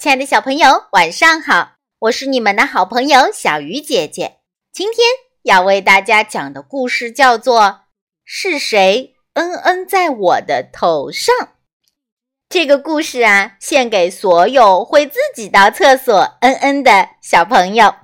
亲爱的小朋友，晚上好！我是你们的好朋友小鱼姐姐。今天要为大家讲的故事叫做《是谁恩恩在我的头上》。这个故事献给所有会自己到厕所恩恩的小朋友。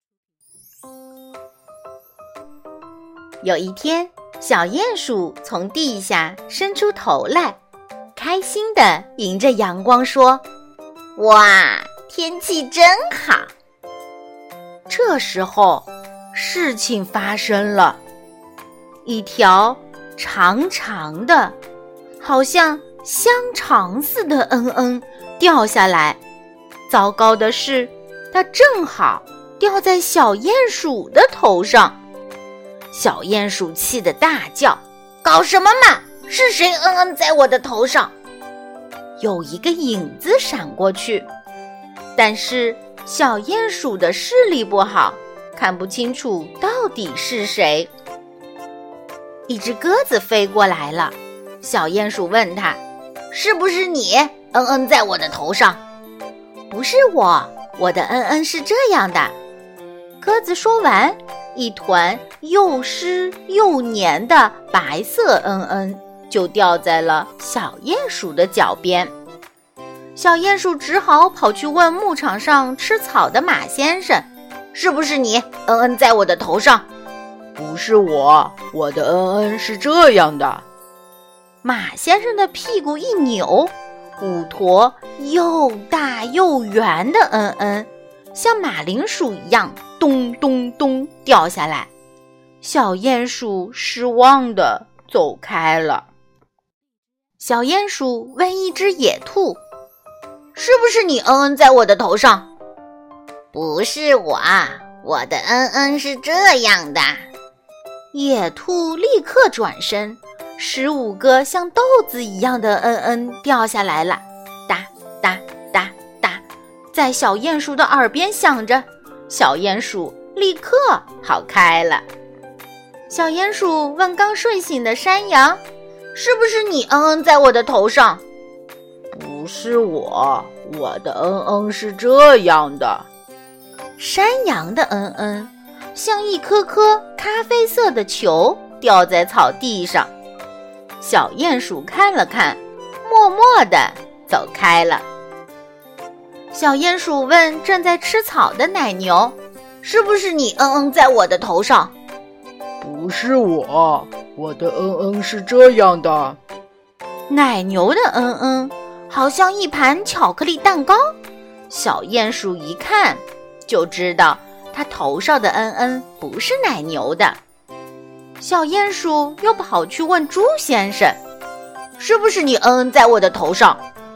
有一天，小鼹鼠从地下伸出头来，开心地迎着阳光说：哇，天气真好！这时候，事情发生了，一条长长的，好像香肠似的恩恩掉下来。糟糕的是，它正好掉在小鼹鼠的头上。小鼹鼠气得大叫：搞什么嘛！是谁恩恩在我的头上？有一个影子闪过去，但是小鼹鼠的视力不好，看不清楚到底是谁。一只鸽子飞过来了，小鼹鼠问他：是不是你恩恩在我的头上？不是我的恩恩是这样的。鸽子说完，一团又湿又黏的白色恩恩就掉在了小鼹鼠的脚边。小鼹鼠只好跑去问牧场上吃草的马先生：是不是你恩恩在我的头上？ 不是我的恩恩是这样的。 马先生的屁股一扭，5坨又大又圆的恩恩像马铃薯一样咚咚咚掉下来。小鼹鼠失望地走开了。小鼹鼠问一只野兔：是不是你恩恩在我的头上？不是我的恩恩是这样的。野兔立刻转身，15个像豆子一样的恩恩掉下来了，哒哒哒哒，在小鼹鼠的耳边响着。小鼹鼠立刻跑开了。小鼹鼠问刚睡醒的山羊：是不是你恩恩在我的头上？ 不是我的恩恩是这样的。 山羊的恩恩像一颗颗咖啡色的球掉在草地上。小鼹鼠看了看，默默地走开了。小鼹鼠问正在吃草的奶牛：是不是你恩恩在我的头上？ 不是我的恩恩是这样的。 奶牛的恩恩好像一盘巧克力蛋糕。小鼹鼠一看就知道它头上的恩恩不是奶牛的。小鼹鼠又跑去问猪先生：是不是你恩恩在我的头上？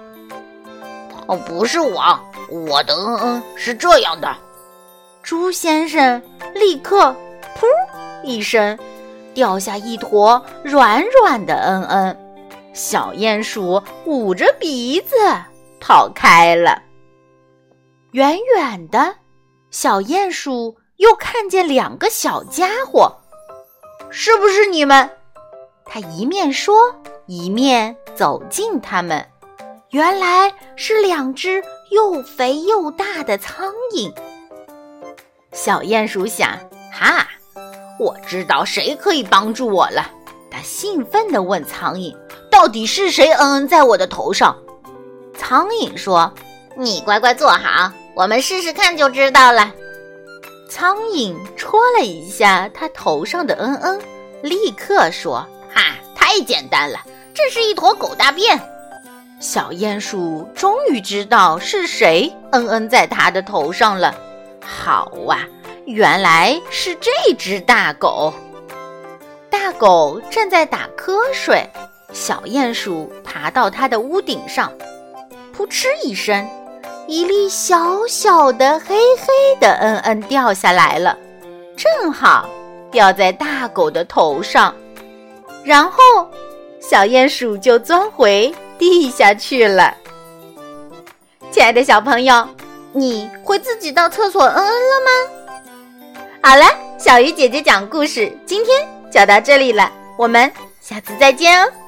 不是我的恩恩是这样的。猪先生立刻噗一声掉下一坨软软的恩恩。小鼹鼠捂着鼻子跑开了。远远的，小鼹鼠又看见2个小家伙。是不是你们？他一面说一面走近他们。原来是2只又肥又大的苍蝇。小鼹鼠想：哈，我知道谁可以帮助我了。他兴奋地问苍蝇：到底是谁恩恩在我的头上？苍蝇说：你乖乖坐好，我们试试看就知道了。苍蝇戳了一下他头上的恩恩，立刻说：哈，太简单了，这是一坨狗大便。小鼹鼠终于知道是谁恩恩在他的头上了。好原来是这只大狗。大狗正在打瞌睡，小鼹鼠爬到它的屋顶上，扑哧一声，一粒小小的黑黑的恩恩掉下来了，正好掉在大狗的头上。然后小鼹鼠就钻回地下去了。亲爱的小朋友，你会自己到厕所恩恩了吗？好了，小鱼姐姐讲故事今天就到这里了，我们下次再见哦。